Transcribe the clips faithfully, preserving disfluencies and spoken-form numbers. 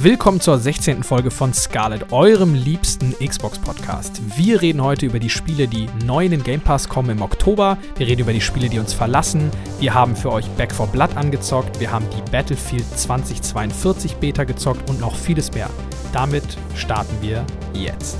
Willkommen zur sechzehnten Folge von Scarlet, eurem liebsten Xbox-Podcast. Wir reden heute über die Spiele, die neu in den Game Pass kommen im Oktober. Wir reden über die Spiele, die uns verlassen. Wir haben für euch Back four Blood angezockt. Wir haben die Battlefield zweitausendzweiundvierzig Beta gezockt und noch vieles mehr. Damit starten wir jetzt.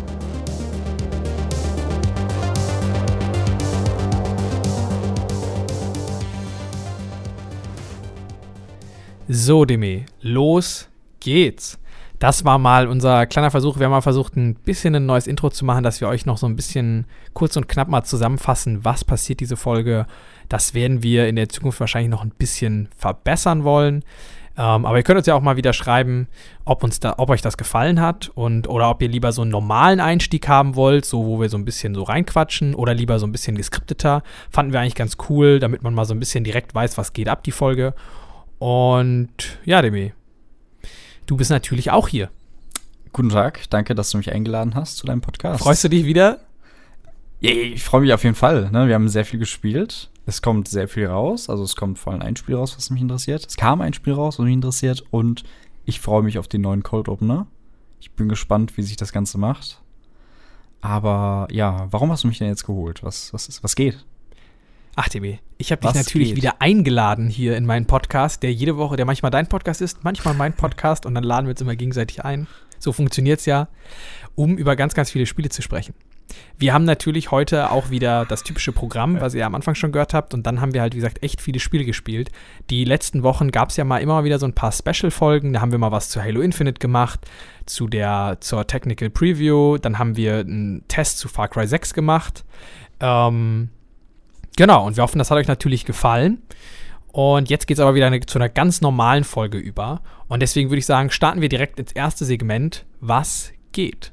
So, Demi, los geht's. Das war mal unser kleiner Versuch. Wir haben mal versucht, ein bisschen ein neues Intro zu machen, dass wir euch noch so ein bisschen kurz und knapp mal zusammenfassen, was passiert diese Folge. Das werden wir in der Zukunft wahrscheinlich noch ein bisschen verbessern wollen. Ähm, aber ihr könnt uns ja auch mal wieder schreiben, ob, uns da, ob euch das gefallen hat und oder ob ihr lieber so einen normalen Einstieg haben wollt, so wo wir so ein bisschen so reinquatschen, oder lieber so ein bisschen geskripteter. Fanden wir eigentlich ganz cool, damit man mal so ein bisschen direkt weiß, was geht ab, die Folge. Und ja, Demi, du bist natürlich auch hier. Guten Tag, danke, dass du mich eingeladen hast zu deinem Podcast. Freust du dich wieder? Ja, ich freue mich auf jeden Fall. Ne? Wir haben sehr viel gespielt. Es kommt sehr viel raus. Also es kommt vor allem ein Spiel raus, was mich interessiert. Es kam ein Spiel raus, was mich interessiert. Und ich freue mich auf den neuen Cold Opener. Ich bin gespannt, wie sich das Ganze macht. Aber ja, warum hast du mich denn jetzt geholt? Was, was, ist, was geht? Ach, D B, ich habe dich natürlich geht? wieder eingeladen hier in meinen Podcast, der jede Woche, der manchmal dein Podcast ist, manchmal mein Podcast, und dann laden wir uns immer gegenseitig ein. So funktioniert's ja, um über ganz, ganz viele Spiele zu sprechen. Wir haben natürlich heute auch wieder das typische Programm, was ihr am Anfang schon gehört habt, und dann haben wir halt, wie gesagt, echt viele Spiele gespielt. Die letzten Wochen gab es ja mal immer mal wieder so ein paar Special-Folgen, da haben wir mal was zu Halo Infinite gemacht, zu der, zur Technical Preview, dann haben wir einen Test zu Far Cry sechs gemacht, ähm, Genau, und wir hoffen, das hat euch natürlich gefallen. Und jetzt geht es aber wieder eine, zu einer ganz normalen Folge über. Und deswegen würde ich sagen, starten wir direkt ins erste Segment. Was geht?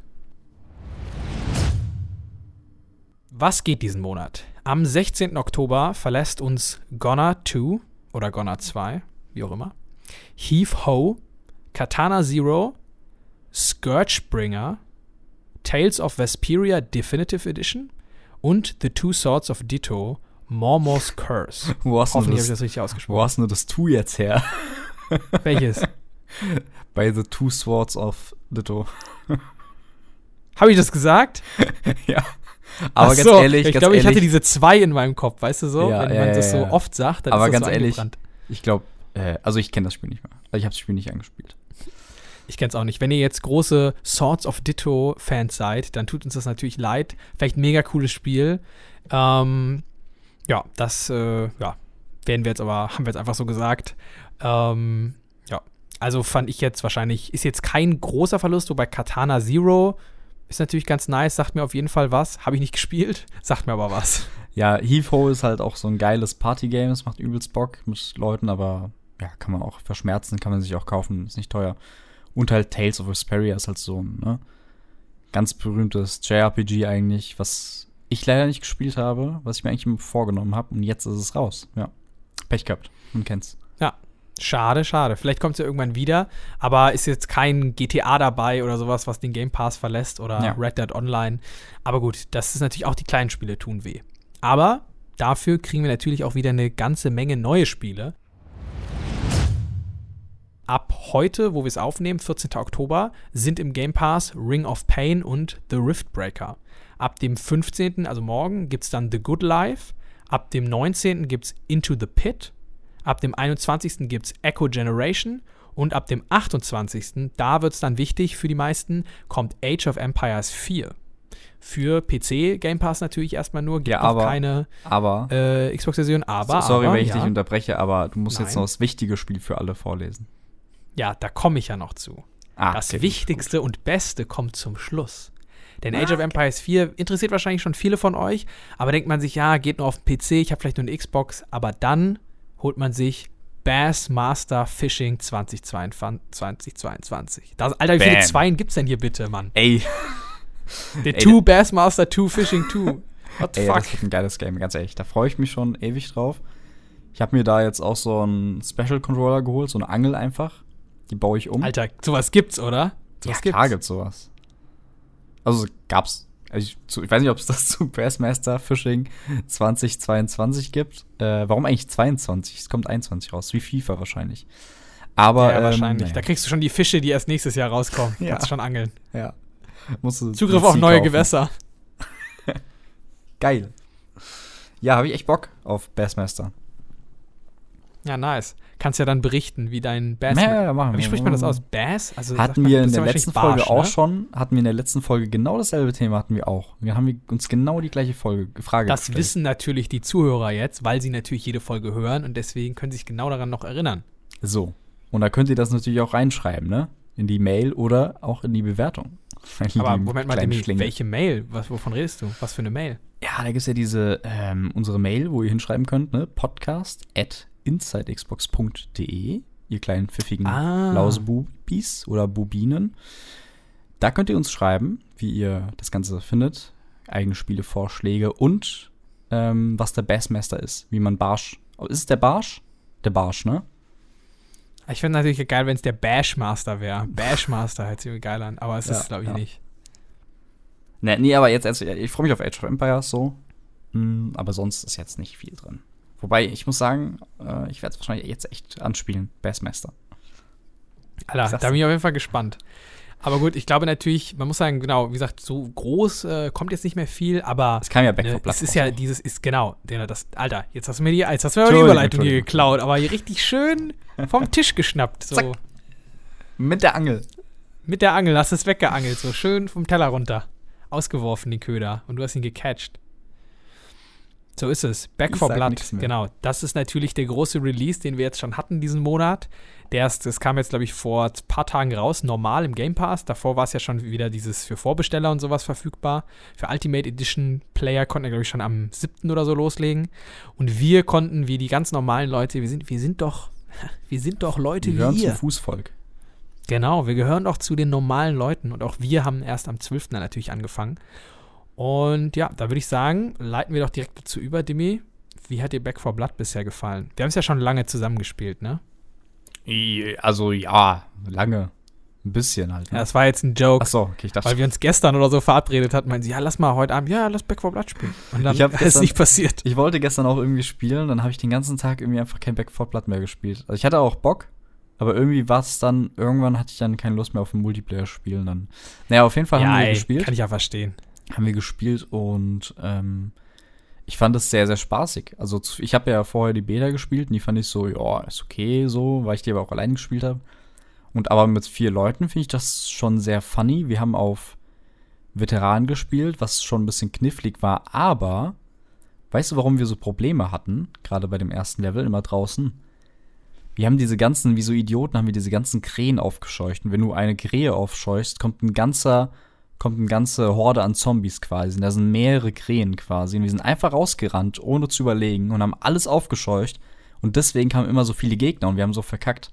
Was geht diesen Monat? Am sechzehnten Oktober verlässt uns Gonna zwei oder Gonna zwei, wie auch immer, Heave Ho, Katana Zero, Scourgebringer, Tales of Vesperia Definitive Edition und The Two Swords of Ditto, Mormor's Curse. Wo hast Hoffentlich das, habe ich das richtig ausgesprochen. Wo hast du das Tu jetzt her? Welches? Bei The Two Swords of Ditto. Habe ich das gesagt? Ja. Aber Ach ganz so, ehrlich, ich glaube, ich hatte diese zwei in meinem Kopf, weißt du so? Ja, Wenn ja, man das ja, so ja. oft sagt, dann aber ist das ganz so ehrlich, angebrannt. Ich glaube, äh, also ich kenne das Spiel nicht mehr. Also ich habe das Spiel nicht angespielt. Ich kenne es auch nicht. Wenn ihr jetzt große Swords of Ditto-Fans seid, dann tut uns das natürlich leid. Vielleicht ein mega cooles Spiel. Ähm, ja, das äh, ja, werden wir jetzt aber, haben wir jetzt einfach so gesagt. Ähm, ja, also fand ich jetzt wahrscheinlich, ist jetzt kein großer Verlust, wobei Katana Zero ist natürlich ganz nice, sagt mir auf jeden Fall was. Habe ich nicht gespielt, sagt mir aber was. Ja, Heave Ho ist halt auch so ein geiles Partygame, es macht übelst Bock mit Leuten, aber ja, kann man auch verschmerzen, kann man sich auch kaufen, ist nicht teuer. Und halt Tales of Vesperia ist halt so ein ne, ganz berühmtes J R P G eigentlich, was ich leider nicht gespielt habe, was ich mir eigentlich immer vorgenommen habe, und jetzt ist es raus. Ja, Pech gehabt, man kennt's. Ja, schade, schade. Vielleicht kommt es ja irgendwann wieder, aber ist jetzt kein G T A dabei oder sowas, was den Game Pass verlässt, oder ja. Red Dead Online. Aber gut, das ist natürlich auch, die kleinen Spiele tun weh. Aber dafür kriegen wir natürlich auch wieder eine ganze Menge neue Spiele. Ab heute, wo wir es aufnehmen, vierzehnten Oktober, sind im Game Pass Ring of Pain und The Riftbreaker. Ab dem fünfzehnten, also morgen, gibt es dann The Good Life. Ab dem neunzehnten gibt es Into the Pit. Ab dem einundzwanzigsten gibt es Echo Generation. Und ab dem achtundzwanzigsten, da wird es dann wichtig für die meisten, kommt Age of Empires vier. Für P C Game Pass natürlich erstmal nur, gibt ja, noch aber, keine aber, äh, Xbox-Version. Aber, so, sorry, aber, wenn ich ja. dich unterbreche, aber du musst Nein. jetzt noch das wichtige Spiel für alle vorlesen. Ja, da komme ich ja noch zu. Ah, das okay, Wichtigste gut. und Beste kommt zum Schluss. Denn Ah, Age of okay. Empires vier interessiert wahrscheinlich schon viele von euch, aber denkt man sich, ja, geht nur auf den P C, ich habe vielleicht nur eine Xbox, aber dann holt man sich Bassmaster Fishing zwanzig zweiundzwanzig. Das, Alter, wie Bam. viele Zweien gibt's denn hier bitte, Mann? Ey. Der Ey, two Bassmaster two Fishing two. What the Ey, fuck? das wird ein geiles Game, ganz ehrlich. Da freue ich mich schon ewig drauf. Ich habe mir da jetzt auch so einen Special-Controller geholt, so eine Angel einfach. Die baue ich um. Alter, sowas gibt's, oder? Sowas ja, gibt's. klar gibt's sowas. Also gab's. Also ich, zu, ich weiß nicht, ob es das zu Bassmaster Fishing zwanzig zweiundzwanzig gibt. Äh, warum eigentlich zweiundzwanzig? Es kommt einundzwanzig raus, wie FIFA wahrscheinlich. Aber, ja, wahrscheinlich. Ähm, da kriegst du schon die Fische, die erst nächstes Jahr rauskommen. Ja. Kannst schon angeln. Ja. Musst du Zugriff auf neue kaufen. Gewässer. Geil. Ja, habe ich echt Bock auf Bassmaster. Ja, nice. Kannst ja dann berichten, wie dein Bass. Ja, ja, machen wir. Wie spricht man das aus? Bass? Also hatten man, wir in das der ist ja letzten wahrscheinlich Folge auch Barsch, ne? schon, hatten wir in der letzten Folge genau dasselbe Thema, hatten wir auch. Wir haben uns genau die gleiche Folge, Frage Das gestellt. wissen natürlich die Zuhörer jetzt, weil sie natürlich jede Folge hören und deswegen können sie sich genau daran noch erinnern. So. Und da könnt ihr das natürlich auch reinschreiben, ne? In die Mail oder auch in die Bewertung. Aber Moment mal, Demi, welche Mail? Was, wovon redest du? Was für eine Mail? Ja, da gibt es ja diese, ähm, unsere Mail, wo ihr hinschreiben könnt, ne? Podcast at insidexbox punkt de, ihr kleinen pfiffigen Ah. Lausebubis oder Bubinen. Da könnt ihr uns schreiben, wie ihr das Ganze findet, eigene Spielevorschläge und ähm, was der Bassmaster ist, wie man Barsch. Ist es der Barsch? Der Barsch, ne? Ich finde natürlich geil, wenn es der Bashmaster wäre. Bashmaster hört sich geil an, aber es Ja, ist, glaube ich, ja. nicht. Ne, nee, aber jetzt, also, ich freue mich auf Age of Empires so. Mm, aber sonst ist jetzt nicht viel drin. Wobei, ich muss sagen, äh, ich werde es wahrscheinlich jetzt echt anspielen, Bassmaster. Alter, da bin ich auf jeden Fall gespannt. Aber gut, ich glaube natürlich, man muss sagen, genau, wie gesagt, so groß äh, kommt jetzt nicht mehr viel, aber Es kam ja Back ne, for Blood es ist raus ja auch. dieses, ist genau, den, das, Alter, jetzt hast du mir die, jetzt hast du mir die Entschuldigung, Überleitung hier Entschuldigung. geklaut, aber hier richtig schön vom Tisch geschnappt, so. Zack. Mit der Angel. Mit der Angel hast du es weggeangelt, so schön vom Teller runter. Ausgeworfen, den Köder. Und du hast ihn gecatcht. So ist es. Back Ich for sag Blood. nix mehr. Genau. Das ist natürlich der große Release, den wir jetzt schon hatten diesen Monat. Der ist, das kam jetzt, glaube ich, vor ein paar Tagen raus, normal im Game Pass. Davor war es ja schon wieder dieses für Vorbesteller und sowas verfügbar. Für Ultimate Edition Player konnten wir, glaube ich, schon am siebten oder so loslegen. Und wir konnten, wie die ganz normalen Leute, wir sind, wir sind doch, wir sind doch Leute Wir wie gehören ihr. zum Fußvolk. Genau, wir gehören doch zu den normalen Leuten und auch wir haben erst am zwölften dann natürlich angefangen. Und ja, da würde ich sagen, leiten wir doch direkt dazu über, Demi. Wie hat dir Back for Blood bisher gefallen? Wir haben es ja schon lange zusammengespielt, ne? Also ja, lange. Ein bisschen halt. Ja, Ne? das war jetzt ein Joke, Achso, okay, ich dachte. weil wir uns gestern oder so verabredet hatten, meinen sie, ja, lass mal heute Abend, ja, lass Back for Blood spielen. Und dann Ich hab ist es gestern- nicht passiert. Ich wollte gestern auch irgendwie spielen, dann habe ich den ganzen Tag irgendwie einfach kein Back for Blood mehr gespielt. Also ich hatte auch Bock, aber irgendwie war es dann, irgendwann hatte ich dann keine Lust mehr auf ein Multiplayer-Spielen dann. Naja, auf jeden Fall haben wir ey, gespielt. kann ich ja verstehen. haben wir gespielt und ähm, ich fand es sehr, sehr spaßig. Also zu- ich habe ja vorher die Beta gespielt und die fand ich so, ja, ist okay so, weil ich die aber auch alleine gespielt habe. Und aber mit vier Leuten finde ich das schon sehr funny. Wir haben auf Veteranen gespielt, was schon ein bisschen knifflig war, aber weißt du, warum wir so Probleme hatten, gerade bei dem ersten Level, immer draußen? Wir haben diese ganzen, wie so Idioten, haben wir diese ganzen Krähen aufgescheucht. Und wenn du eine Krähe aufscheuchst, kommt ein ganzer kommt eine ganze Horde an Zombies quasi. Und da sind mehrere Krähen quasi. Und wir sind einfach rausgerannt, ohne zu überlegen und haben alles aufgescheucht. Und deswegen kamen immer so viele Gegner und wir haben so verkackt.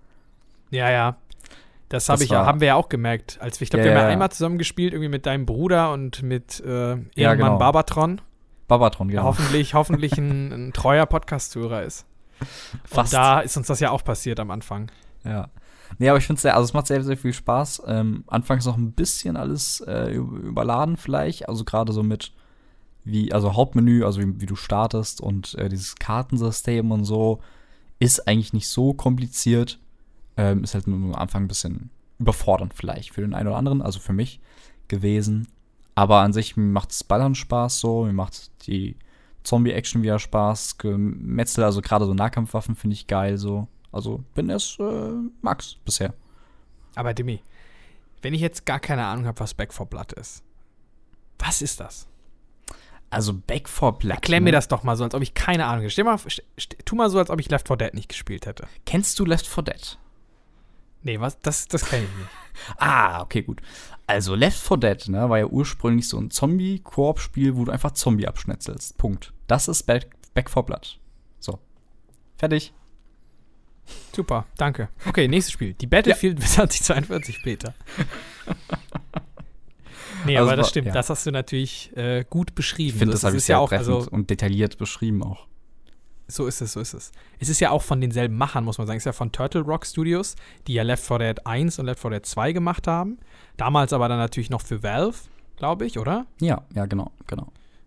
Ja, ja. Das, hab Das ich ja, war- haben wir ja auch gemerkt. Als wir, ich glaube, Ja, wir haben ja, ja ja. einmal zusammen gespielt, irgendwie mit deinem Bruder und mit äh, Ehrenmann Ja, genau. Barbatron. Babatron, Der genau. hoffentlich, hoffentlich ein, ein treuer Podcast-Hörer ist. Fast. Und da ist uns das ja auch passiert am Anfang. Ja. Nee, aber ich finde es sehr, also es macht sehr, sehr viel Spaß. Ähm, anfangs noch ein bisschen alles äh, ü- überladen vielleicht. Also gerade so mit wie, also Hauptmenü, also wie, wie du startest und äh, dieses Kartensystem und so, ist eigentlich nicht so kompliziert. Ähm, ist halt nur am Anfang ein bisschen überfordernd vielleicht für den einen oder anderen, also für mich gewesen. Aber an sich macht es Ballern Spaß so, mir macht die Zombie-Action wieder Spaß, Gemetzel, also gerade so Nahkampfwaffen finde ich geil so. Also bin es äh, Max bisher. Aber Demi, wenn ich jetzt gar keine Ahnung habe, was Back for Blood ist, was ist das? Also Back for Blood. Erklär ne? mir das doch mal so, als ob ich keine Ahnung hätte. Stell mal, st- st- tu mal so, als ob ich Left four Dead nicht gespielt hätte. Kennst du Left four Dead? Nee, was? Das, das kenne ich nicht. Ah, okay, gut. Also Left four Dead, ne, war ja ursprünglich so ein Zombie-Koop-Spiel, wo du einfach Zombie abschnetzelst. Punkt. Das ist Back, Back for Blood. So. Fertig. Super, danke. Okay, nächstes Spiel. Die Battlefield zweitausendzweiundvierzig Beta. Nee, Also aber das war- stimmt. ja. Das hast du natürlich äh, gut beschrieben. Ich finde, So das ist habe es ich sehr ja auch, treffend also und detailliert beschrieben auch. so ist es, so ist es. Es ist ja auch von denselben Machern, muss man sagen. Es ist ja von Turtle Rock Studios, die ja Left four Dead eins und Left four Dead zwei gemacht haben. Damals aber dann natürlich noch für Valve, glaube ich, oder? Ja, ja, genau, genau.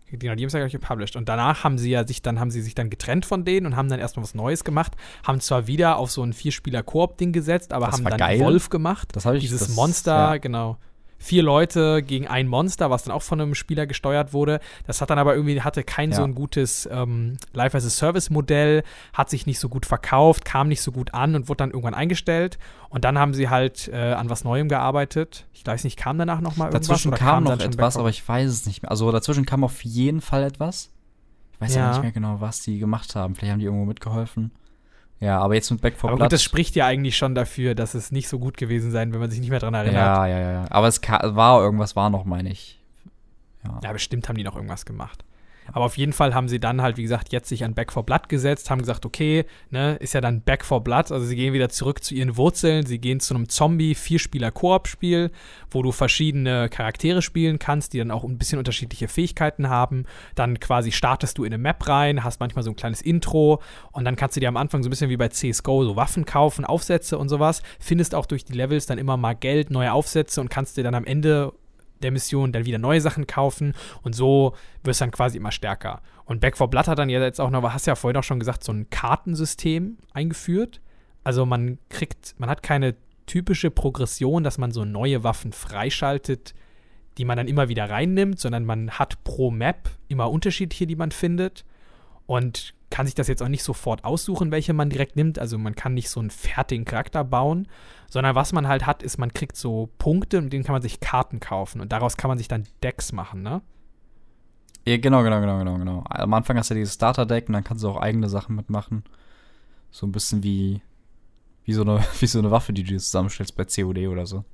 Genau, die haben es ja gleich gepublished. Und danach haben sie ja sich dann, haben sie sich dann getrennt von denen und haben dann erstmal was Neues gemacht, haben zwar wieder auf so ein Vier-Spieler-Koop-Ding gesetzt, aber Das haben war dann geil. Wolf gemacht. Das habe ich Dieses das, Monster, ja. genau. Vier Leute gegen ein Monster, was dann auch von einem Spieler gesteuert wurde. Das hat dann aber irgendwie, hatte kein Ja. so ein gutes ähm, Life-as-a-Service-Modell, hat sich nicht so gut verkauft, kam nicht so gut an und wurde dann irgendwann eingestellt. Und dann haben sie halt äh, an was Neuem gearbeitet. Ich weiß nicht, kam danach noch mal irgendwas? Dazwischen oder kam noch dann schon etwas, Back aber ich weiß es nicht mehr. Also dazwischen kam auf jeden Fall etwas. Ich weiß Ja. ja nicht mehr genau, was die gemacht haben. Vielleicht haben die irgendwo mitgeholfen. Ja, aber jetzt mit Back for Aber Blood. gut, das spricht ja eigentlich schon dafür, dass es nicht so gut gewesen sein, wenn man sich nicht mehr dran erinnert. ja, ja, ja, ja. Aber es ka- war irgendwas, war noch, meine ich. Ja. Ja, bestimmt haben die noch irgendwas gemacht. Aber auf jeden Fall haben sie dann halt, wie gesagt, jetzt sich an Back for Blood gesetzt, haben gesagt, okay, ne, ist ja dann Back for Blood, also sie gehen wieder zurück zu ihren Wurzeln, sie gehen zu einem Zombie-Vierspieler-Koop-Spiel, wo du verschiedene Charaktere spielen kannst, die dann auch ein bisschen unterschiedliche Fähigkeiten haben. Dann quasi startest du in eine Map rein, hast manchmal so ein kleines Intro und dann kannst du dir am Anfang so ein bisschen wie bei C S G O so Waffen kaufen, Aufsätze und sowas, findest auch durch die Levels dann immer mal Geld, neue Aufsätze und kannst dir dann am Ende der Mission dann wieder neue Sachen kaufen und so wirst du dann quasi immer stärker. Und Back for Blood hat dann ja jetzt auch noch, hast ja vorhin auch schon gesagt, so ein Kartensystem eingeführt. Also man kriegt, man hat keine typische Progression, dass man so neue Waffen freischaltet, die man dann immer wieder reinnimmt, sondern man hat pro Map immer unterschiedliche, die man findet und kann sich das jetzt auch nicht sofort aussuchen, welche man direkt nimmt. Also man kann nicht so einen fertigen Charakter bauen, sondern was man halt hat, ist, man kriegt so Punkte, mit denen kann man sich Karten kaufen und daraus kann man sich dann Decks machen, ne? Ja, genau, genau, genau, genau, genau. Am Anfang hast du dieses Starter-Deck und dann kannst du auch eigene Sachen mitmachen. So ein bisschen wie, wie, so eine, wie so eine Waffe, die du dir zusammenstellst bei C O D oder so.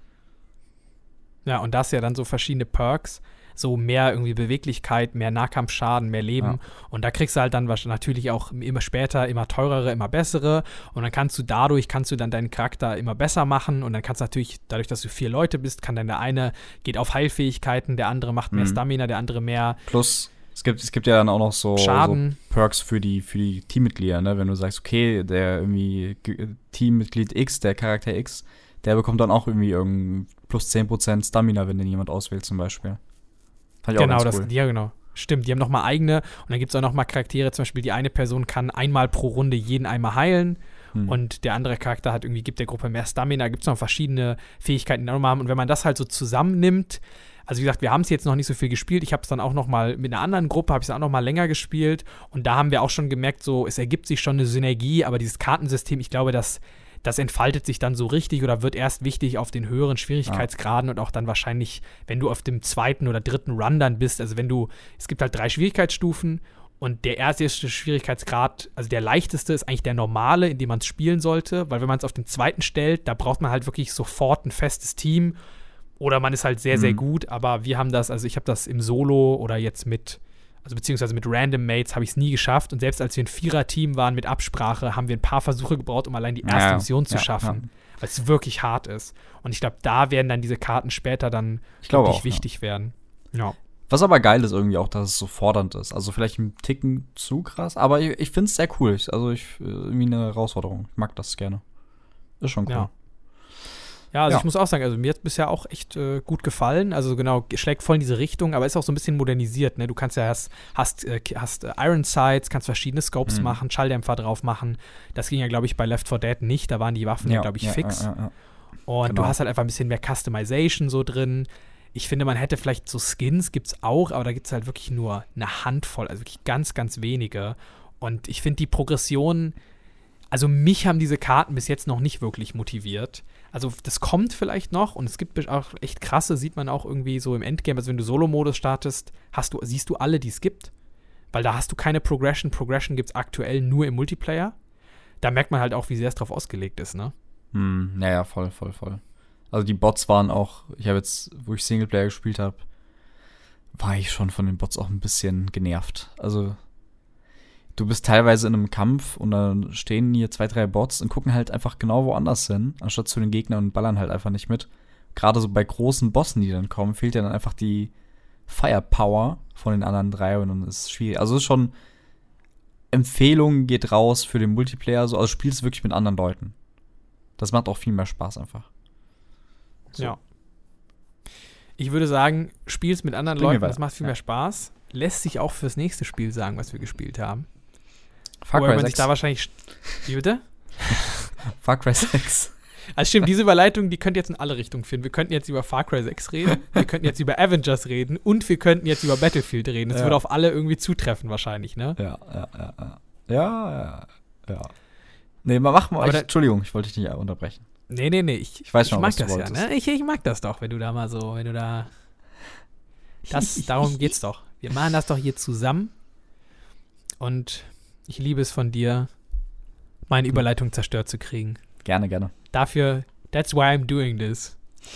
Ja, und das ja dann so verschiedene Perks, so mehr irgendwie Beweglichkeit, mehr Nahkampfschaden, mehr Leben. Ja. Und da kriegst du halt dann wahrscheinlich natürlich auch immer später immer teurere, immer bessere. Und dann kannst du dadurch, kannst du dann deinen Charakter immer besser machen. Und dann kannst du natürlich, dadurch, dass du vier Leute bist, kann dann der eine geht auf Heilfähigkeiten, der andere macht mehr Mhm. Stamina, der andere mehr Plus, es gibt, es gibt ja dann auch noch so, Schaden. so Perks für die, für die Teammitglieder, ne? Wenn du sagst, okay, der irgendwie G- Teammitglied X, der Charakter X, der bekommt dann auch irgendwie irgendein plus zehn Prozent Stamina, wenn den jemand auswählt zum Beispiel. Fand ich Genau, auch das, ganz cool. ja, genau. Stimmt, die haben nochmal eigene. Und dann gibt es auch nochmal Charaktere, zum Beispiel die eine Person kann einmal pro Runde jeden einmal heilen. Hm. Und der andere Charakter hat irgendwie, gibt der Gruppe mehr Stamina. Da gibt es noch verschiedene Fähigkeiten, die auch nochmal haben. Und wenn man das halt so zusammennimmt, also wie gesagt, wir haben es jetzt noch nicht so viel gespielt. Ich habe es dann auch noch mal mit einer anderen Gruppe, habe ich es auch noch mal länger gespielt. Und da haben wir auch schon gemerkt, so, es ergibt sich schon eine Synergie. Aber dieses Kartensystem, ich glaube, das, das entfaltet sich dann so richtig oder wird erst wichtig auf den höheren Schwierigkeitsgraden und auch dann wahrscheinlich, wenn du auf dem zweiten oder dritten Run dann bist. Also wenn du, es gibt halt drei Schwierigkeitsstufen. Und der erste Schwierigkeitsgrad, also der leichteste, ist eigentlich der normale, in dem man es spielen sollte. Weil wenn man es auf den zweiten stellt, da braucht man halt wirklich sofort ein festes Team. Oder man ist halt sehr, sehr Mhm. gut. Aber wir haben das, also ich habe das im Solo oder jetzt mit, also beziehungsweise mit Random Mates habe ich es nie geschafft. Und selbst als wir ein Vierer-Team waren mit Absprache, haben wir ein paar Versuche gebraucht, um allein die erste Ja, Mission zu ja, schaffen. ja. Weil es wirklich hart ist. Und ich glaube, da werden dann diese Karten später dann Ich glaube wirklich auch, wichtig werden. Ja. Was aber geil ist irgendwie auch, dass es so fordernd ist. Also vielleicht ein Ticken zu krass, aber ich, ich finde es sehr cool. Ich, also ich, irgendwie eine Herausforderung. Ich mag das gerne. Ist schon cool. Ja. Ja, also Ja. ich muss auch sagen, also mir hat es bisher auch echt äh, gut gefallen. Also genau, schlägt voll in diese Richtung, aber ist auch so ein bisschen modernisiert. Ne? Du kannst ja hast, hast, äh, hast äh, Iron Sights, kannst verschiedene Scopes Mhm. machen, Schalldämpfer drauf machen. Das ging ja, glaube ich, bei Left four Dead nicht. Da waren die Waffen ja, glaube ich, ja, fix. Ja, ja, ja. Und Genau. du hast halt einfach ein bisschen mehr Customization so drin. Ich finde, man hätte vielleicht so Skins, gibt's auch, aber da gibt es halt wirklich nur eine Handvoll, also wirklich ganz, ganz wenige. Und ich finde die Progression, also mich haben diese Karten bis jetzt noch nicht wirklich motiviert. Also das kommt vielleicht noch und es gibt auch echt krasse, sieht man auch irgendwie so im Endgame, also wenn du Solo-Modus startest, hast du, siehst du alle, die es gibt. Weil da hast du keine Progression. Progression gibt es aktuell nur im Multiplayer. Da merkt man halt auch, wie sehr es drauf ausgelegt ist, ne? Hm, naja, voll, voll, voll. Also die Bots waren auch, ich habe jetzt, wo ich Singleplayer gespielt habe, war ich schon von den Bots auch ein bisschen genervt. Also du bist teilweise in einem Kampf und dann stehen hier zwei, drei Bots und gucken halt einfach genau woanders hin, anstatt zu den Gegnern und ballern halt einfach nicht mit. Gerade so bei großen Bossen, die dann kommen, fehlt ja dann einfach die Firepower von den anderen drei und dann ist es schwierig. Also es ist schon, Empfehlung geht raus für den Multiplayer, so, also spiel es wirklich mit anderen Leuten. Das macht auch viel mehr Spaß einfach. So. Ja. Ich würde sagen, spiel's mit anderen Bring mir Leuten, weiter. das macht viel Ja. mehr Spaß. lässt sich auch fürs nächste Spiel sagen, was wir gespielt haben. Far Cry Wobei man sechs. sich da wahrscheinlich. Wie bitte? Far Cry sechs. Also stimmt, diese Überleitung, die könnte jetzt in alle Richtungen führen. Wir könnten jetzt über Far Cry sechs reden, wir könnten jetzt über Avengers reden und wir könnten jetzt über Battlefield reden. Das Ja. würde auf alle irgendwie zutreffen wahrscheinlich, ne? Ja, ja, ja, ja. Ja, ja, ja. Nee, mal mach mal. Aber Ich, da- Entschuldigung, ich wollte dich nicht unterbrechen. Nee, nee, nee. Ich, Ich weiß schon, mag was du das ja, wolltest. ne? Ich, ich mag das doch, wenn du da mal so, wenn du da. Das, darum geht's doch. Wir machen das doch hier zusammen. Und ich liebe es von dir, meine Überleitung zerstört zu kriegen. Gerne, gerne. Dafür, that's why I'm doing this.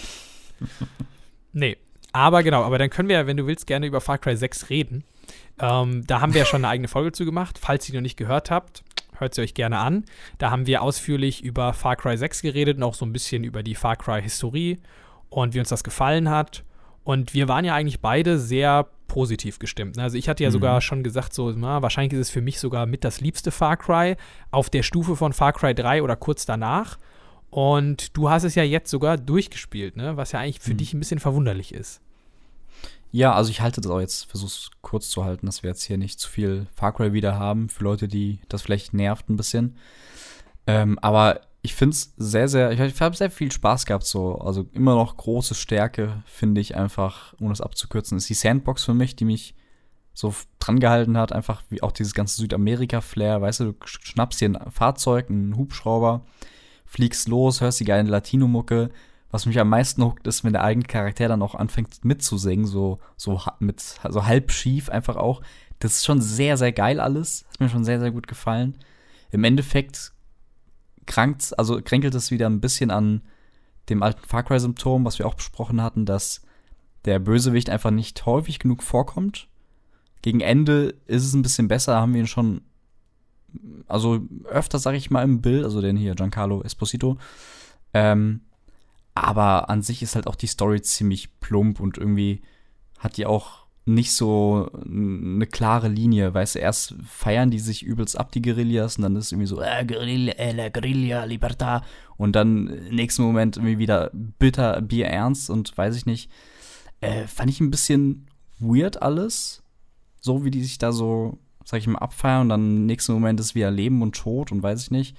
Nee, aber genau, aber dann können wir, wenn du willst, gerne über Far Cry sechs reden. Ähm, da haben wir ja schon eine eigene Folge zu gemacht. Falls ihr die noch nicht gehört habt, hört sie euch gerne an. Da haben wir ausführlich über Far Cry sechs geredet und auch so ein bisschen über die Far Cry-Historie und wie uns das gefallen hat. Und wir waren ja eigentlich beide sehr positiv gestimmt. Also ich hatte ja Mhm. sogar schon gesagt, so, na, wahrscheinlich ist es für mich sogar mit das liebste Far Cry auf der Stufe von Far Cry drei oder kurz danach. Und du hast es ja jetzt sogar durchgespielt, ne? Was ja eigentlich für Mhm. dich ein bisschen verwunderlich ist. Ja, also ich halte das auch jetzt, versuch's kurz zu halten, dass wir jetzt hier nicht zu viel Far Cry wieder haben, für Leute, die das vielleicht nervt ein bisschen. Ähm, aber ich finde es sehr, sehr, ich, ich habe sehr viel Spaß gehabt, so. Also immer noch große Stärke, finde ich einfach, ohne es abzukürzen, ist die Sandbox für mich, die mich so f- dran gehalten hat. Einfach wie auch dieses ganze Südamerika-Flair, weißt du, du sch- schnappst dir ein Fahrzeug, einen Hubschrauber, fliegst los, hörst die geile Latino-Mucke. Was mich am meisten huckt, ist, wenn der eigene Charakter dann auch anfängt mitzusingen, so, so, ha- mit, so halb schief einfach auch. Das ist schon sehr, sehr geil alles. Hat mir schon sehr, sehr gut gefallen. Im Endeffekt krankt's, also kränkelt es wieder ein bisschen an dem alten Far Cry-Symptom, was wir auch besprochen hatten, dass der Bösewicht einfach nicht häufig genug vorkommt. Gegen Ende ist es ein bisschen besser, da haben wir ihn schon, also öfter, sag ich mal, im Bild, also den hier, Giancarlo Esposito. Ähm, aber an sich ist halt auch die Story ziemlich plump und irgendwie hat die auch nicht so eine klare Linie, weißt du, erst feiern die sich übelst ab, die Guerillas, und dann ist irgendwie so, äh, Guerilla, äh, la Guerilla, Libertad, und dann im nächsten Moment irgendwie wieder bitter, bierernst und weiß ich nicht, äh, fand ich ein bisschen weird alles, so wie die sich da so, sag ich mal, abfeiern und dann im nächsten Moment ist wieder Leben und Tod und weiß ich nicht.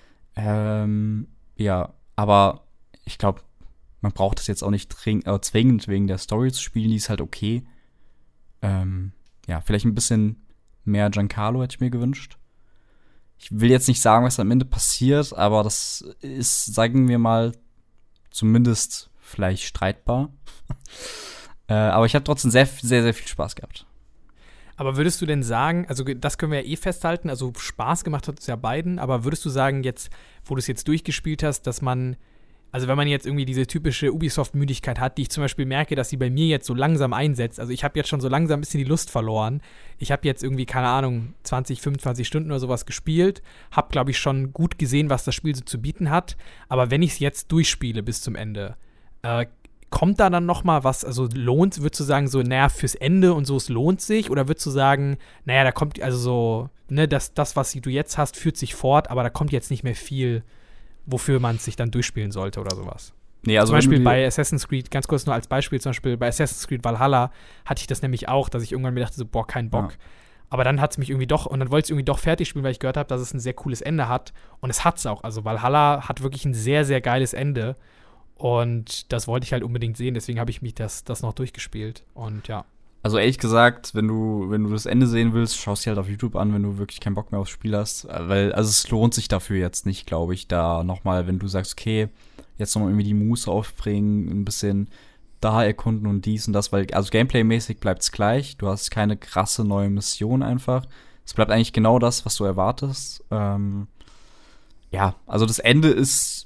Ähm, ja, aber ich glaube, man braucht das jetzt auch nicht dring- äh, zwingend wegen der Story zu spielen, die ist halt okay. Ähm, ja, vielleicht ein bisschen mehr Giancarlo hätte ich mir gewünscht. Ich will jetzt nicht sagen, was am Ende passiert, aber das ist, sagen wir mal, zumindest vielleicht streitbar. äh, aber ich habe trotzdem sehr, sehr, sehr viel Spaß gehabt. Aber würdest du denn sagen, also das können wir ja eh festhalten, also Spaß gemacht hat es ja beiden, aber würdest du sagen jetzt, wo du es jetzt durchgespielt hast, dass man, also wenn man jetzt irgendwie diese typische Ubisoft-Müdigkeit hat, die ich zum Beispiel merke, dass sie bei mir jetzt so langsam einsetzt, also ich habe jetzt schon so langsam ein bisschen die Lust verloren. Ich habe jetzt irgendwie, keine Ahnung, zwanzig, fünfundzwanzig Stunden oder sowas gespielt, habe, glaube ich, schon gut gesehen, was das Spiel so zu bieten hat, aber wenn ich es jetzt durchspiele bis zum Ende, äh, kommt da dann noch mal was, also lohnt, würdest du sagen, so, naja, fürs Ende und so, es lohnt sich? Oder würdest du sagen, naja, da kommt, also so, ne, das, das, was du jetzt hast, führt sich fort, aber da kommt jetzt nicht mehr viel, wofür man es sich dann durchspielen sollte oder sowas? Nee, also zum Beispiel die- bei Assassin's Creed, ganz kurz nur als Beispiel, zum Beispiel bei Assassin's Creed Valhalla hatte ich das nämlich auch, dass ich irgendwann mir dachte, so, boah, kein Bock. Ja. Aber dann hat es mich irgendwie doch, und dann wollte ich es irgendwie doch fertig spielen, weil ich gehört habe, dass es ein sehr cooles Ende hat. Und es hat es auch. Also Valhalla hat wirklich ein sehr, sehr geiles Ende. Und das wollte ich halt unbedingt sehen, deswegen habe ich mich das, das noch durchgespielt. Und ja. Also ehrlich gesagt, wenn du, wenn du das Ende sehen willst, schaust dir halt auf YouTube an, wenn du wirklich keinen Bock mehr aufs Spiel hast. Weil, also es lohnt sich dafür jetzt nicht, glaube ich, da nochmal, wenn du sagst, okay, jetzt nochmal irgendwie die Muße aufbringen, ein bisschen da erkunden und dies und das, weil, also Gameplay-mäßig bleibt's gleich. Du hast keine krasse neue Mission einfach. Es bleibt eigentlich genau das, was du erwartest. Ähm, ja, also das Ende ist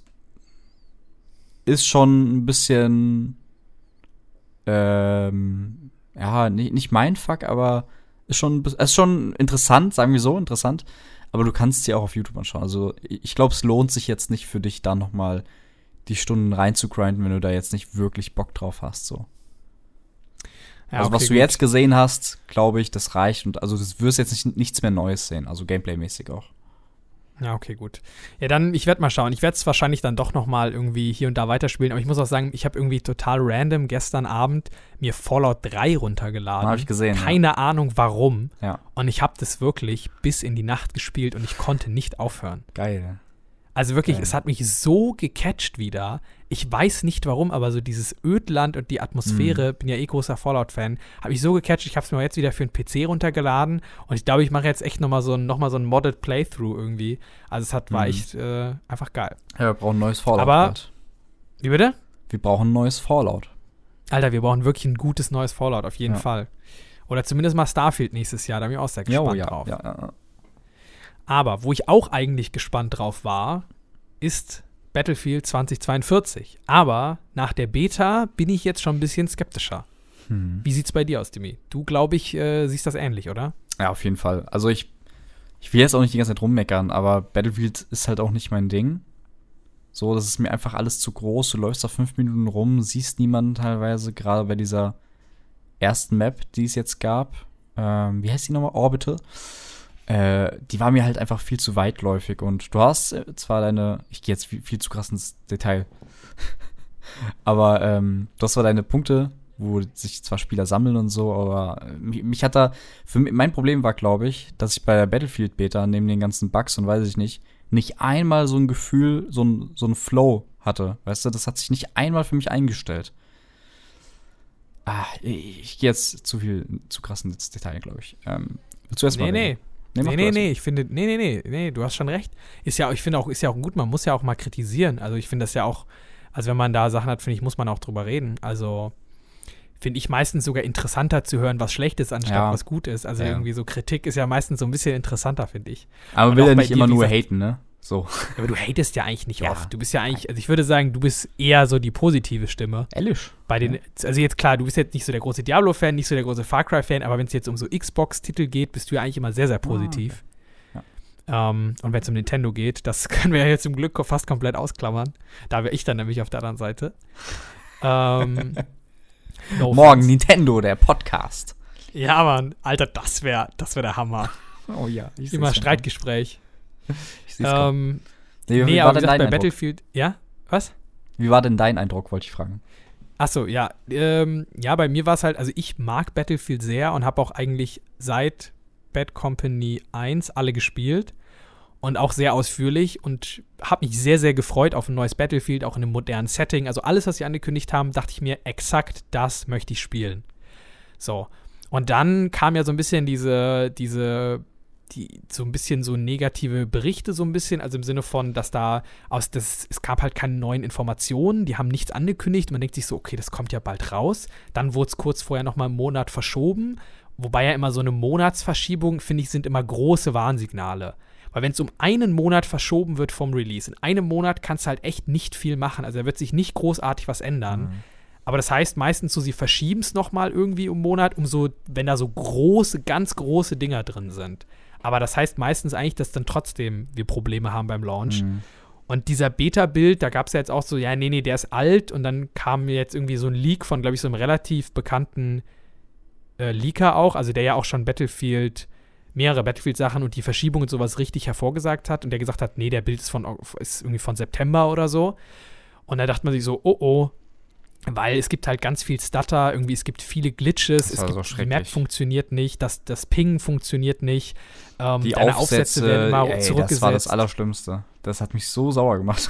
ist schon ein bisschen ähm, ja, nicht, nicht mein Fuck, aber ist schon, ist schon interessant, sagen wir so, interessant. Aber du kannst es dir auch auf YouTube anschauen. Also ich glaube, es lohnt sich jetzt nicht für dich, da noch mal die Stunden reinzugrinden, wenn du da jetzt nicht wirklich Bock drauf hast. So. Ja, also okay, was du gut. jetzt gesehen hast, glaube ich, das reicht. Und also du wirst jetzt nicht, nichts mehr Neues sehen, also Gameplay-mäßig auch. Ja, okay, gut. Ja, dann, ich werde mal schauen. Ich werde es wahrscheinlich dann doch noch mal irgendwie hier und da weiterspielen. Aber ich muss auch sagen, ich habe irgendwie total random gestern Abend mir Fallout drei runtergeladen. Habe ich gesehen. Keine ja. Ahnung, warum. Ja. Und ich habe das wirklich bis in die Nacht gespielt und ich konnte nicht aufhören. Geil. Also wirklich, Geil. Es hat mich so gecatcht wieder. Ich weiß nicht warum, aber so dieses Ödland und die Atmosphäre, mm. bin ja eh großer Fallout-Fan, habe ich so gecatcht. Ich habe es mir jetzt wieder für einen P C runtergeladen und ich glaube, ich mache jetzt echt nochmal so, ein, noch mal so ein Modded Playthrough irgendwie. Also es hat, war mm. echt äh, einfach geil. Ja, wir brauchen ein neues Fallout. Aber, wie bitte? Wir brauchen ein neues Fallout. Alter, wir brauchen wirklich ein gutes neues Fallout, auf jeden ja. Fall. Oder zumindest mal Starfield nächstes Jahr, da bin ich auch sehr gespannt jo, ja, drauf. Ja, ja. Aber wo ich auch eigentlich gespannt drauf war, ist Battlefield zwanzig zweiundvierzig. Aber nach der Beta bin ich jetzt schon ein bisschen skeptischer. Hm. Wie sieht's bei dir aus, Dimi? Du, glaube ich, äh, siehst das ähnlich, oder? Ja, auf jeden Fall. Also ich, ich will jetzt auch nicht die ganze Zeit rummeckern, aber Battlefield ist halt auch nicht mein Ding. So, das ist mir einfach alles zu groß. Du läufst da fünf Minuten rum, siehst niemanden teilweise, gerade bei dieser ersten Map, die es jetzt gab. Ähm, wie heißt die nochmal? Orbital. Äh, die war mir halt einfach viel zu weitläufig und du hast äh, zwar deine, ich gehe jetzt viel, viel zu krass ins Detail, aber ähm, du hast zwar deine Punkte, wo sich zwar Spieler sammeln und so, aber äh, mich, mich hat da, für mich, mein Problem war, glaube ich, dass ich bei der Battlefield-Beta neben den ganzen Bugs und weiß ich nicht, nicht einmal so ein Gefühl, so ein, so ein Flow hatte, weißt du, das hat sich nicht einmal für mich eingestellt. Ah, ich, ich gehe jetzt zu viel, zu krass ins Detail, glaube ich. Ähm, willst du erst nee, mal nee. reden? Nee, nee, nee, nee, ich finde, nee, nee, nee, nee, du hast schon recht. Ist ja, ich finde auch, ist ja auch gut, man muss ja auch mal kritisieren. Also ich finde das ja auch, also wenn man da Sachen hat, finde ich, muss man auch drüber reden. Also finde ich meistens sogar interessanter zu hören, was schlecht ist, anstatt ja. was gut ist. Also ja. irgendwie so Kritik ist ja meistens so ein bisschen interessanter, finde ich. Aber man will ja nicht immer nur haten, ne? So. Aber du hatest ja eigentlich nicht ja. oft. Du bist ja eigentlich, also ich würde sagen, du bist eher so die positive Stimme. Ehrlich? Bei den, also jetzt klar, du bist jetzt nicht so der große Diablo-Fan, nicht so der große Far Cry-Fan, aber wenn es jetzt um so Xbox-Titel geht, bist du ja eigentlich immer sehr, sehr positiv. Ah, okay. ja. um, und wenn es um Nintendo geht, das können wir ja jetzt zum Glück fast komplett ausklammern. Da wäre ich dann nämlich auf der anderen Seite. um, no Morgen offense. Nintendo, der Podcast. Ja, Mann, Alter, das wäre das wär der Hammer. Oh ja. Ich Immer Streitgespräch. Ich seh's ähm, nee, nee, aber wie gesagt, bei Eindruck? Battlefield, ja, was? Wie war denn dein Eindruck, wollte ich fragen. Achso, ja, ähm, ja, bei mir war es halt, also ich mag Battlefield sehr und habe auch eigentlich seit Bad Company eins alle gespielt und auch sehr ausführlich und habe mich sehr, sehr gefreut auf ein neues Battlefield, auch in einem modernen Setting. Also alles, was sie angekündigt haben, dachte ich mir, exakt das möchte ich spielen. So, und dann kam ja so ein bisschen diese, diese die so ein bisschen so negative Berichte so ein bisschen, also im Sinne von, dass da aus das, es gab halt keine neuen Informationen, die haben nichts angekündigt, man denkt sich so, okay, das kommt ja bald raus, dann wurde es kurz vorher nochmal einen Monat verschoben, wobei ja immer so eine Monatsverschiebung, finde ich, sind immer große Warnsignale, weil wenn es um einen Monat verschoben wird vom Release, in einem Monat kannst du halt echt nicht viel machen, also da wird sich nicht großartig was ändern, mhm. aber das heißt meistens so, sie verschieben es nochmal irgendwie um einen Monat, um so, wenn da so große, ganz große Dinger drin sind. Aber das heißt meistens eigentlich, dass dann trotzdem wir Probleme haben beim Launch. Mhm. Und dieser Beta-Bild, da gab es ja jetzt auch so, ja, nee, nee, der ist alt. Und dann kam mir jetzt irgendwie so ein Leak von, glaube ich, so einem relativ bekannten äh, Leaker auch, also der ja auch schon Battlefield, mehrere Battlefield-Sachen und die Verschiebung und sowas richtig hervorgesagt hat. Und der gesagt hat, nee, der Bild ist, von, ist irgendwie von September oder so. Und da dachte man sich so, oh, oh. Weil es gibt halt ganz viel Stutter, irgendwie, es gibt viele Glitches, es gibt, so die Map funktioniert nicht, das, das Ping funktioniert nicht, ähm, die deine Aufsätze, Aufsätze werden immer ey, zurückgesetzt. Das war das Allerschlimmste. Das hat mich so sauer gemacht.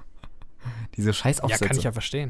Diese scheiß Aufsätze. Ja, kann ich ja verstehen.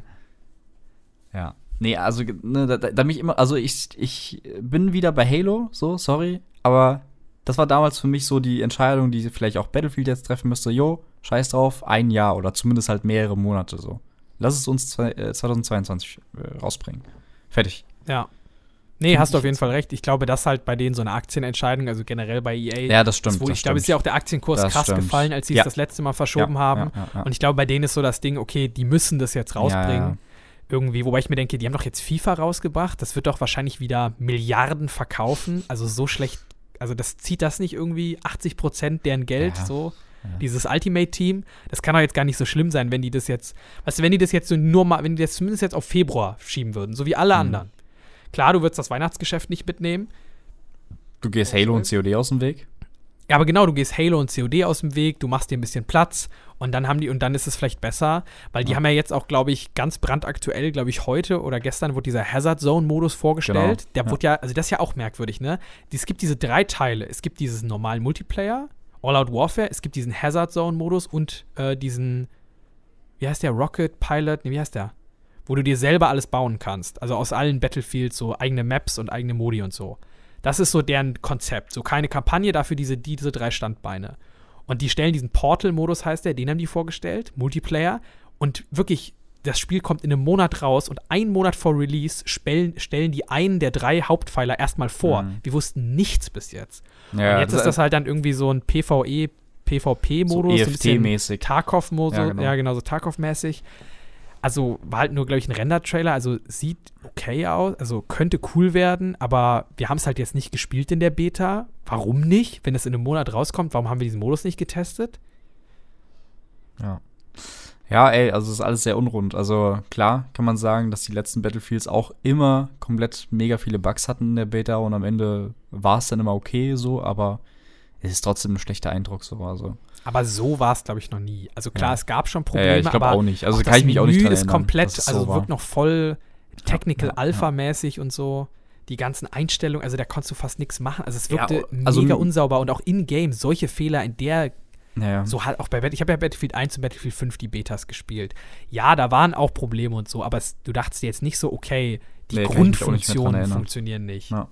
Ja. Nee, also, ne, da, da mich immer, also ich, ich bin wieder bei Halo, so, sorry, aber das war damals für mich so die Entscheidung, die vielleicht auch Battlefield jetzt treffen müsste, jo, scheiß drauf, ein Jahr oder zumindest halt mehrere Monate so. Lass es uns zweitausendzweiundzwanzig äh, rausbringen. Fertig. Ja. Nee, Find hast du auf jeden Fall recht. Ich glaube, das halt bei denen so eine Aktienentscheidung, also generell bei E A. Ja, das stimmt. Das, wo das ich glaube, es ist ja auch der Aktienkurs das krass stimmt. gefallen, als sie ja. es das letzte Mal verschoben ja, haben. Ja, ja, ja. Und ich glaube, bei denen ist so das Ding, okay, die müssen das jetzt rausbringen. Ja, ja. Irgendwie, wobei ich mir denke, die haben doch jetzt FIFA rausgebracht. Das wird doch wahrscheinlich wieder Milliarden verkaufen. Also so schlecht, also das zieht das nicht irgendwie achtzig Prozent deren Geld, ja. so. Ja. Dieses Ultimate-Team, das kann doch jetzt gar nicht so schlimm sein, wenn die das jetzt, weißt du, wenn die das jetzt so nur mal, wenn die das zumindest jetzt auf Februar schieben würden, so wie alle mhm. anderen. Klar, du würdest das Weihnachtsgeschäft nicht mitnehmen. Du gehst Halo und C O D aus dem Weg? Ja, aber genau, du gehst Halo und C O D aus dem Weg, du machst dir ein bisschen Platz und dann haben die, und dann ist es vielleicht besser, weil die ja. haben ja jetzt auch, glaube ich, ganz brandaktuell, glaube ich, heute oder gestern wurde dieser Hazard Zone-Modus vorgestellt. Genau. Der ja. wurde ja, also das ist ja auch merkwürdig, ne? Es gibt diese drei Teile. Es gibt diesen normalen Multiplayer, All-Out Warfare, es gibt diesen Hazard Zone-Modus und äh, diesen, wie heißt der, Rocket Pilot, nee, wie heißt der? Wo du dir selber alles bauen kannst. Also aus allen Battlefields so eigene Maps und eigene Modi und so. Das ist so deren Konzept. So keine Kampagne, dafür diese, diese drei Standbeine. Und die stellen diesen Portal-Modus, heißt der, den haben die vorgestellt, Multiplayer. Und wirklich, das Spiel kommt in einem Monat raus und einen Monat vor Release stellen, stellen die einen der drei Hauptpfeiler erstmal vor. Mhm. Wir wussten nichts bis jetzt. Ja, und jetzt das ist das halt dann irgendwie so ein PvE, PvP-Modus. So E F T-mäßig. Tarkov-Modus, ja, genau. ja, genau, so Tarkov-mäßig. Also war halt nur, glaube ich, ein Render-Trailer, also sieht okay aus, also könnte cool werden, aber wir haben es halt jetzt nicht gespielt in der Beta. Warum nicht? Wenn es in einem Monat rauskommt, warum haben wir diesen Modus nicht getestet? Ja. Ja, ey, also es ist alles sehr unrund. Also klar kann man sagen, dass die letzten Battlefields auch immer komplett mega viele Bugs hatten in der Beta und am Ende war es dann immer okay so, aber es ist trotzdem ein schlechter Eindruck so, also. Aber so war es, glaube ich, noch nie. Also klar, ja. es gab schon Probleme, ja, ja, ich aber auch nicht. Also auch kann das ich mich Menü auch nicht dran ist erinnern, komplett, dass es also so wirkt noch voll Technical ja, ja, Alpha-mäßig und so. Die ganzen Einstellungen, also da konntest du fast nichts machen. Also es wirkte ja, also, mega unsauber und auch in-game solche Fehler in der ja. so halt auch bei ich habe ja Battlefield eins und Battlefield fünf die Betas gespielt. Ja, da waren auch Probleme und so, aber es, du dachtest dir jetzt nicht so, okay, die nee, Grundfunktionen nicht funktionieren nicht. Ja.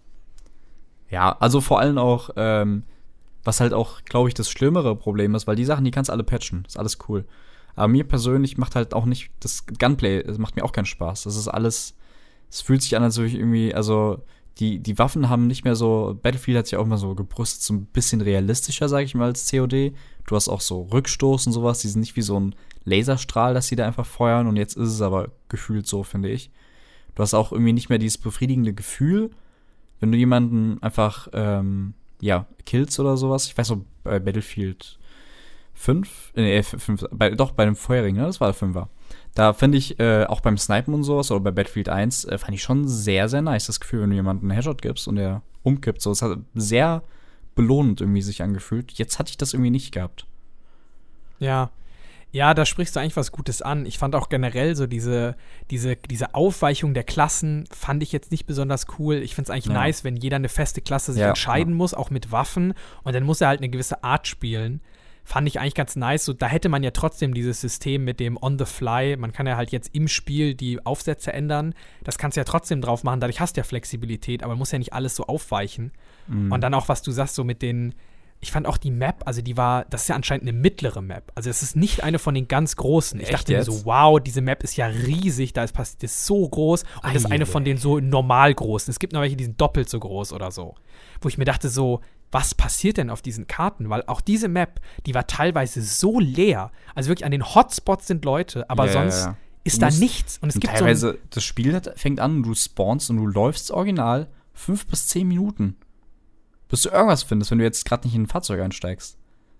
ja, also vor allem auch ähm, was halt auch, glaube ich, das schlimmere Problem ist, weil die Sachen, die kannst du alle patchen, ist alles cool. Aber mir persönlich macht halt auch nicht, das Gunplay, das macht mir auch keinen Spaß. Das ist alles, es fühlt sich an, als würde ich irgendwie, also die, die Waffen haben nicht mehr so, Battlefield hat sich auch immer so gebrüstet, so ein bisschen realistischer, sag ich mal, als C O D. Du hast auch so Rückstoß und sowas, die sind nicht wie so ein Laserstrahl, dass die da einfach feuern und jetzt ist es aber gefühlt so, finde ich. Du hast auch irgendwie nicht mehr dieses befriedigende Gefühl, wenn du jemanden einfach, ähm, ja, Kills oder sowas. Ich weiß noch, bei Battlefield fünf, äh, fünf, bei, doch, bei dem vorherigen, ne, das war der Fünfer. Da finde ich, äh, auch beim Snipen und sowas, oder bei Battlefield eins, äh, fand ich schon sehr, sehr nice, das Gefühl, wenn du jemanden einen Headshot gibst und der umkippt. So, es hat sehr belohnend irgendwie sich angefühlt. Jetzt hatte ich das irgendwie nicht gehabt. Ja. Ja, da sprichst du eigentlich was Gutes an. Ich fand auch generell so diese, diese, diese Aufweichung der Klassen fand ich jetzt nicht besonders cool. Ich finde es eigentlich ja. nice, wenn jeder eine feste Klasse sich ja, entscheiden ja. muss, auch mit Waffen. Und dann muss er halt eine gewisse Art spielen. Fand ich eigentlich ganz nice. So, da hätte man ja trotzdem dieses System mit dem On the Fly. Man kann ja halt jetzt im Spiel die Aufsätze ändern. Das kannst du ja trotzdem drauf machen. Dadurch hast du ja Flexibilität, aber muss ja nicht alles so aufweichen. Mhm. Und dann auch, was du sagst, so mit den ich fand auch die Map, also die war, das ist ja anscheinend eine mittlere Map. Also es ist nicht eine von den ganz großen. Ich Echt dachte mir jetzt? so, wow, diese Map ist ja riesig, da ist, das ist so groß und Ei, das ist eine ei, von den so normal großen. Es gibt noch welche, die sind doppelt so groß oder so. Wo ich mir dachte so, was passiert denn auf diesen Karten? Weil auch diese Map, die war teilweise so leer. Also wirklich an den Hotspots sind Leute, aber ja, sonst ja, ja. ist Du da musst- nichts. Und es Und gibt teilweise, so ein, das Spiel hat, fängt an, du spawnst und du läufst original fünf bis zehn Minuten. Bis du irgendwas findest, wenn du jetzt gerade nicht in ein Fahrzeug einsteigst.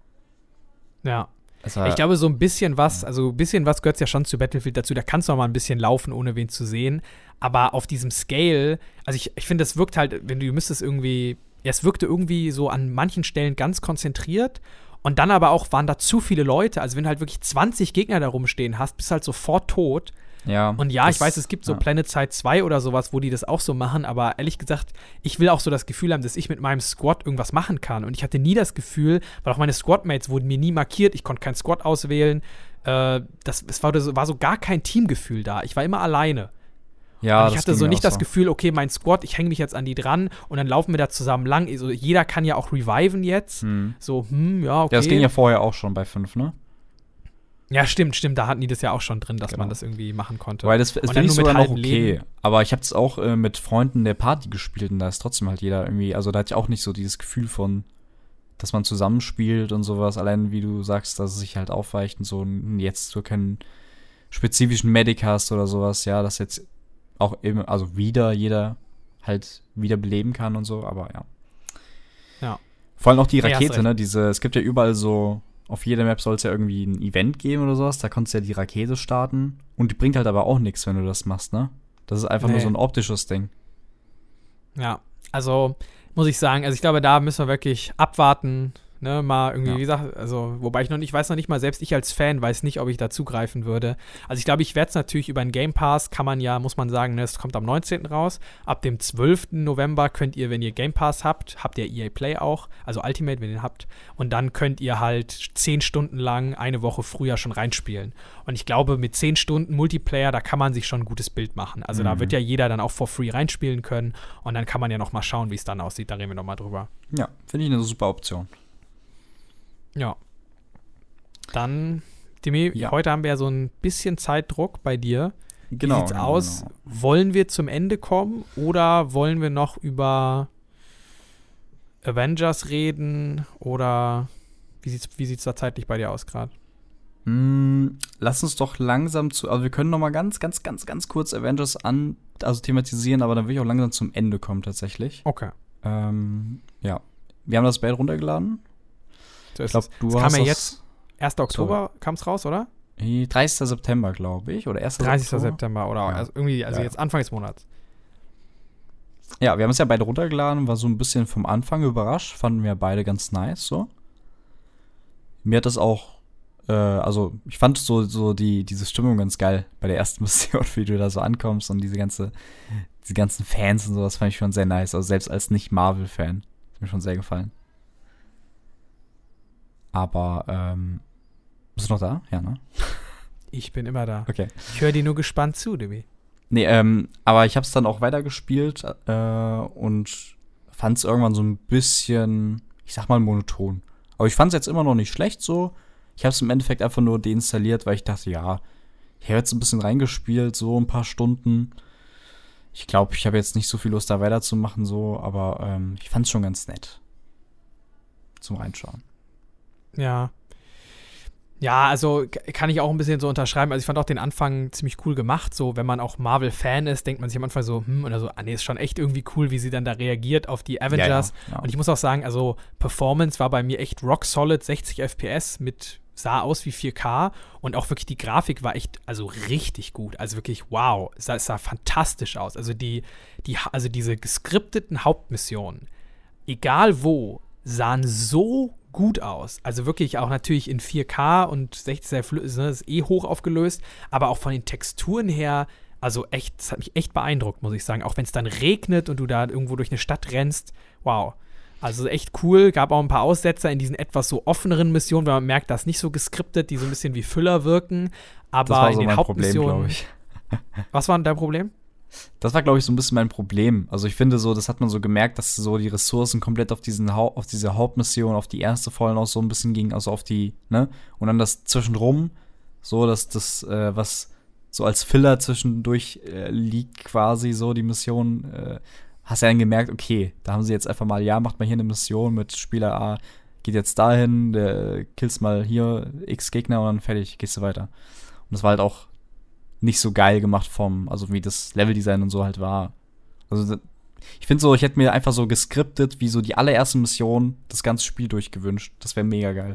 ja. Also, Ich glaube, so ein bisschen was, also ein bisschen was gehört ja schon zu Battlefield dazu. Da kannst du auch mal ein bisschen laufen, ohne wen zu sehen. Aber auf diesem Scale, also ich, ich finde, es wirkt halt, wenn du, du müsstest irgendwie, ja, es wirkte irgendwie so an manchen Stellen ganz konzentriert. Und dann aber auch waren da zu viele Leute. Also wenn du halt wirklich zwanzig Gegner da rumstehen hast, bist du halt sofort tot. ja, Und ja, das- ich weiß, es gibt so ja. Planet Side zwei oder sowas, wo die das auch so machen, aber ehrlich gesagt, ich will auch so das Gefühl haben, dass ich mit meinem Squad irgendwas machen kann. Und ich hatte nie das Gefühl, weil auch meine Squadmates wurden mir nie markiert, ich konnte kein Squad auswählen. Äh, das, es war so, war so gar kein Teamgefühl da. Ich war immer alleine. Ja, und ich das hatte ging so mir nicht auch das Gefühl, okay, mein Squad, ich hänge mich jetzt an die dran und dann laufen wir da zusammen lang. Also jeder kann ja auch reviven jetzt. Hm. So, hm, ja, okay. Ja, das ging ja vorher auch schon bei fünf, ne? Ja, stimmt, stimmt. Da hatten die das ja auch schon drin, dass Genau. man das irgendwie machen konnte. Weil das, das Und finde dann ich nur mit sogar noch halbem okay. Leben. Aber ich habe es auch äh, mit Freunden der Party gespielt und da ist trotzdem halt jeder irgendwie, also da hatte ich auch nicht so dieses Gefühl von, dass man zusammenspielt und sowas. Allein wie du sagst, dass es sich halt aufweicht und so und jetzt so keinen spezifischen Medic hast oder sowas. Ja, dass jetzt auch immer, also wieder jeder halt wieder beleben kann und so, aber ja. Ja. Vor allem auch die Ja, hast Rakete, recht. ne? Diese, es gibt ja überall so, auf jeder Map soll es ja irgendwie ein Event geben oder sowas, da konntest du ja die Rakete starten. Und die bringt halt aber auch nichts, wenn du das machst, ne? Das ist einfach nur Nee. so ein optisches Ding. Ja, also muss ich sagen. Also ich glaube, da müssen wir wirklich abwarten. Ne, mal irgendwie, Ja. wie gesagt, also, wobei ich noch nicht, ich weiß noch nicht mal, selbst ich als Fan weiß nicht, ob ich da zugreifen würde. Also ich glaube, ich werde es natürlich über einen Game Pass, kann man ja, muss man sagen, ne, es kommt am neunzehnten raus. Ab dem zwölften November könnt ihr, wenn ihr Game Pass habt, habt ihr E A Play auch, also Ultimate, wenn ihr den habt. Und dann könnt ihr halt zehn Stunden lang eine Woche früher schon reinspielen. Und ich glaube, mit zehn Stunden Multiplayer, da kann man sich schon ein gutes Bild machen. Also mhm. da wird ja jeder dann auch for free reinspielen können. Und dann kann man ja noch mal schauen, wie es dann aussieht. Da reden wir noch mal drüber. Ja, finde ich eine super Option. Ja. Dann, Demi, ja. heute haben wir ja so ein bisschen Zeitdruck bei dir. Genau. Wie sieht's genau, aus? Genau. Wollen wir zum Ende kommen oder wollen wir noch über Avengers reden? Oder wie sieht's, wie sieht's da zeitlich bei dir aus gerade? Mm, lass uns doch langsam zu, also wir können noch mal ganz, ganz, ganz, ganz kurz Avengers an, also thematisieren, aber dann will ich auch langsam zum Ende kommen tatsächlich. Okay. Ähm, ja. Wir haben das Band runtergeladen. So ich glaube, du das hast kam ja das jetzt, erster Oktober kam es raus, oder? dreißigster September, glaube ich, oder erster dreißigster Oktober? September, oder Ja. also irgendwie, also Ja. jetzt Anfang des Monats. Ja, wir haben es ja beide runtergeladen, war so ein bisschen vom Anfang überrascht, fanden wir beide ganz nice, so. Mir hat das auch, äh, also ich fand so, so die, diese Stimmung ganz geil bei der ersten Mission, wie du da so ankommst und diese ganze, diese ganzen Fans und sowas fand ich schon sehr nice, also selbst als Nicht-Marvel-Fan, hat mir schon sehr gefallen. Aber, ähm, bist du noch da? Ja, ne? Ich bin immer da. Okay. Ich höre dir nur gespannt zu, Demi. Nee, ähm, aber ich hab's dann auch weitergespielt äh, und fand's irgendwann so ein bisschen, ich sag mal, monoton. Aber ich fand's jetzt immer noch nicht schlecht so. Ich hab's im Endeffekt einfach nur deinstalliert, weil ich dachte, ja, ich habe jetzt ein bisschen reingespielt, so ein paar Stunden. Ich glaube, ich habe jetzt nicht so viel Lust, da weiterzumachen, so, aber ähm, ich fand's schon ganz nett. Zum Reinschauen. Ja. Ja, also k- kann ich auch ein bisschen so unterschreiben. Also ich fand auch den Anfang ziemlich cool gemacht. So, wenn man auch Marvel-Fan ist, denkt man sich am Anfang so, hm, oder so, ah nee, ist schon echt irgendwie cool, wie sie dann da reagiert auf die Avengers. Ja, ja, ja. Und ich muss auch sagen, also Performance war bei mir echt rock solid, sechzig F P S mit, sah aus wie vier K und auch wirklich die Grafik war echt, also richtig gut. Also wirklich, wow, es sah, es sah fantastisch aus. Also die, die, also diese geskripteten Hauptmissionen, egal wo, sahen so gut aus. Also wirklich auch natürlich in vier K und sechzig F P S, ne, ist eh hoch aufgelöst, aber auch von den Texturen her, also echt, das hat mich echt beeindruckt, muss ich sagen. Auch wenn es dann regnet und du da irgendwo durch eine Stadt rennst, wow. Also echt cool, gab auch ein paar Aussetzer in diesen etwas so offeneren Missionen, weil man merkt, das ist nicht so geskriptet, die so ein bisschen wie Füller wirken, aber das war so in den mein Problem, Hauptmissionen. glaube ich. Was war denn dein Problem? Das war, glaube ich, so ein bisschen mein Problem. Also ich finde so, das hat man so gemerkt, dass so die Ressourcen komplett auf diesen Hau- auf diese Hauptmission, auf die erste vor allem auch so ein bisschen ging, also auf die, ne? Und dann das zwischenrum, so dass das, äh, was so als Filler zwischendurch äh, liegt quasi so, die Mission, äh, hast ja dann gemerkt, okay, da haben sie jetzt einfach mal, ja, macht mal hier eine Mission mit Spieler A, geht jetzt dahin, der killst mal hier X Gegner und dann fertig, gehst du weiter. Und das war halt auch nicht so geil gemacht vom, also wie das Leveldesign und so halt war. Also ich finde so, ich hätte mir einfach so geskriptet, wie so die allererste Mission das ganze Spiel durchgewünscht. Das wäre mega geil.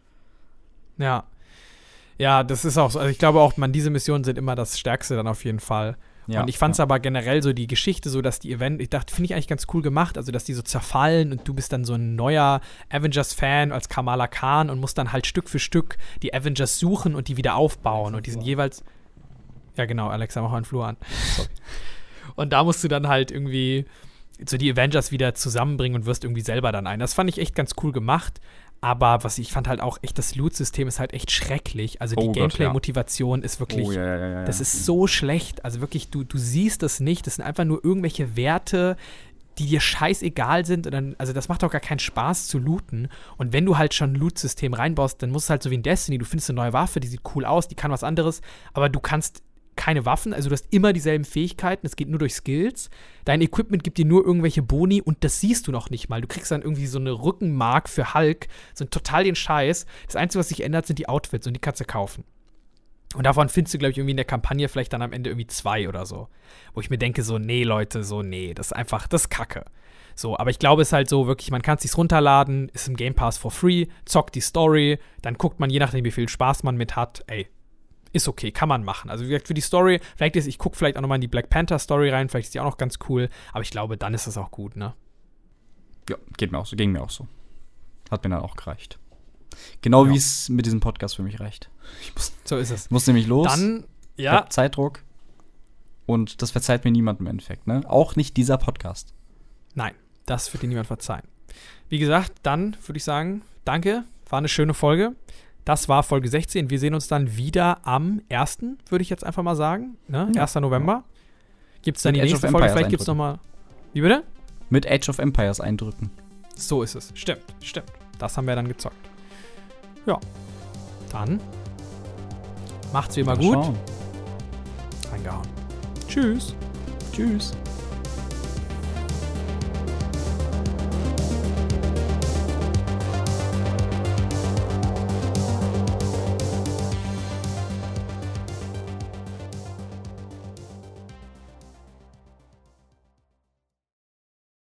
Ja. Ja, das ist auch so. Also ich glaube auch, man, diese Missionen sind immer das Stärkste dann auf jeden Fall. Ja, und ich fand es ja. aber generell so die Geschichte, so dass die Event, ich dachte, finde ich eigentlich ganz cool gemacht, also dass die so zerfallen und du bist dann so ein neuer Avengers-Fan als Kamala Khan und musst dann halt Stück für Stück die Avengers suchen und die wieder aufbauen und die sind jeweils, ja genau, Alexa, mach mal einen Flur an. Sorry. Und da musst du dann halt irgendwie so die Avengers wieder zusammenbringen und wirst irgendwie selber dann ein. Das fand ich echt ganz cool gemacht. Aber was ich fand halt auch echt, das Loot-System ist halt echt schrecklich. Also die Oh Gott, Gameplay-Motivation ist wirklich, Oh, ja, ja, ja, ja. das ist so schlecht. Also wirklich, du, du siehst das nicht. Das sind einfach nur irgendwelche Werte, die dir scheißegal sind. Und dann, also das macht auch gar keinen Spaß zu looten. Und wenn du halt schon ein Loot-System reinbaust, dann musst du halt so wie in Destiny, du findest eine neue Waffe, die sieht cool aus, die kann was anderes, aber du kannst keine Waffen, also du hast immer dieselben Fähigkeiten, es geht nur durch Skills. Dein Equipment gibt dir nur irgendwelche Boni und das siehst du noch nicht mal. Du kriegst dann irgendwie so eine Rückenmark für Hulk, so total den Scheiß. Das Einzige, was sich ändert, sind die Outfits und die kannst du kaufen. Und davon findest du, glaube ich, irgendwie in der Kampagne vielleicht dann am Ende irgendwie zwei oder so. Wo ich mir denke, so, nee, Leute, so, nee, das ist einfach, das ist Kacke. So, aber ich glaube, es ist halt so wirklich, man kann es sich runterladen, ist im Game Pass for free, zockt die Story, dann guckt man, je nachdem, wie viel Spaß man mit hat, ey, ist okay, kann man machen. Also wie gesagt, für die Story, vielleicht ist, ich gucke vielleicht auch nochmal in die Black Panther Story rein, vielleicht ist die auch noch ganz cool, aber ich glaube, dann ist das auch gut, ne? Ja, geht mir auch so, ging mir auch so. Hat mir dann auch gereicht. Genau ja. wie es mit diesem Podcast für mich reicht. Ich muss, so ist es. muss nämlich los. Dann, ja. Ich hab Zeitdruck. Und das verzeiht mir niemand im Endeffekt, ne? Auch nicht dieser Podcast. Nein, das wird dir niemand verzeihen. Wie gesagt, dann würde ich sagen, danke, war eine schöne Folge. Das war Folge sechzehn. Wir sehen uns dann wieder am ersten, würde ich jetzt einfach mal sagen. Ne? Ja. ersten November. Gibt es dann Mit die nächste Folge? Vielleicht gibt es nochmal. Wie bitte? Mit Age of Empires eindrücken. So ist es. Stimmt, stimmt. Das haben wir dann gezockt. Ja. Dann macht's wie immer gut. Reingehauen. Tschüss. Tschüss.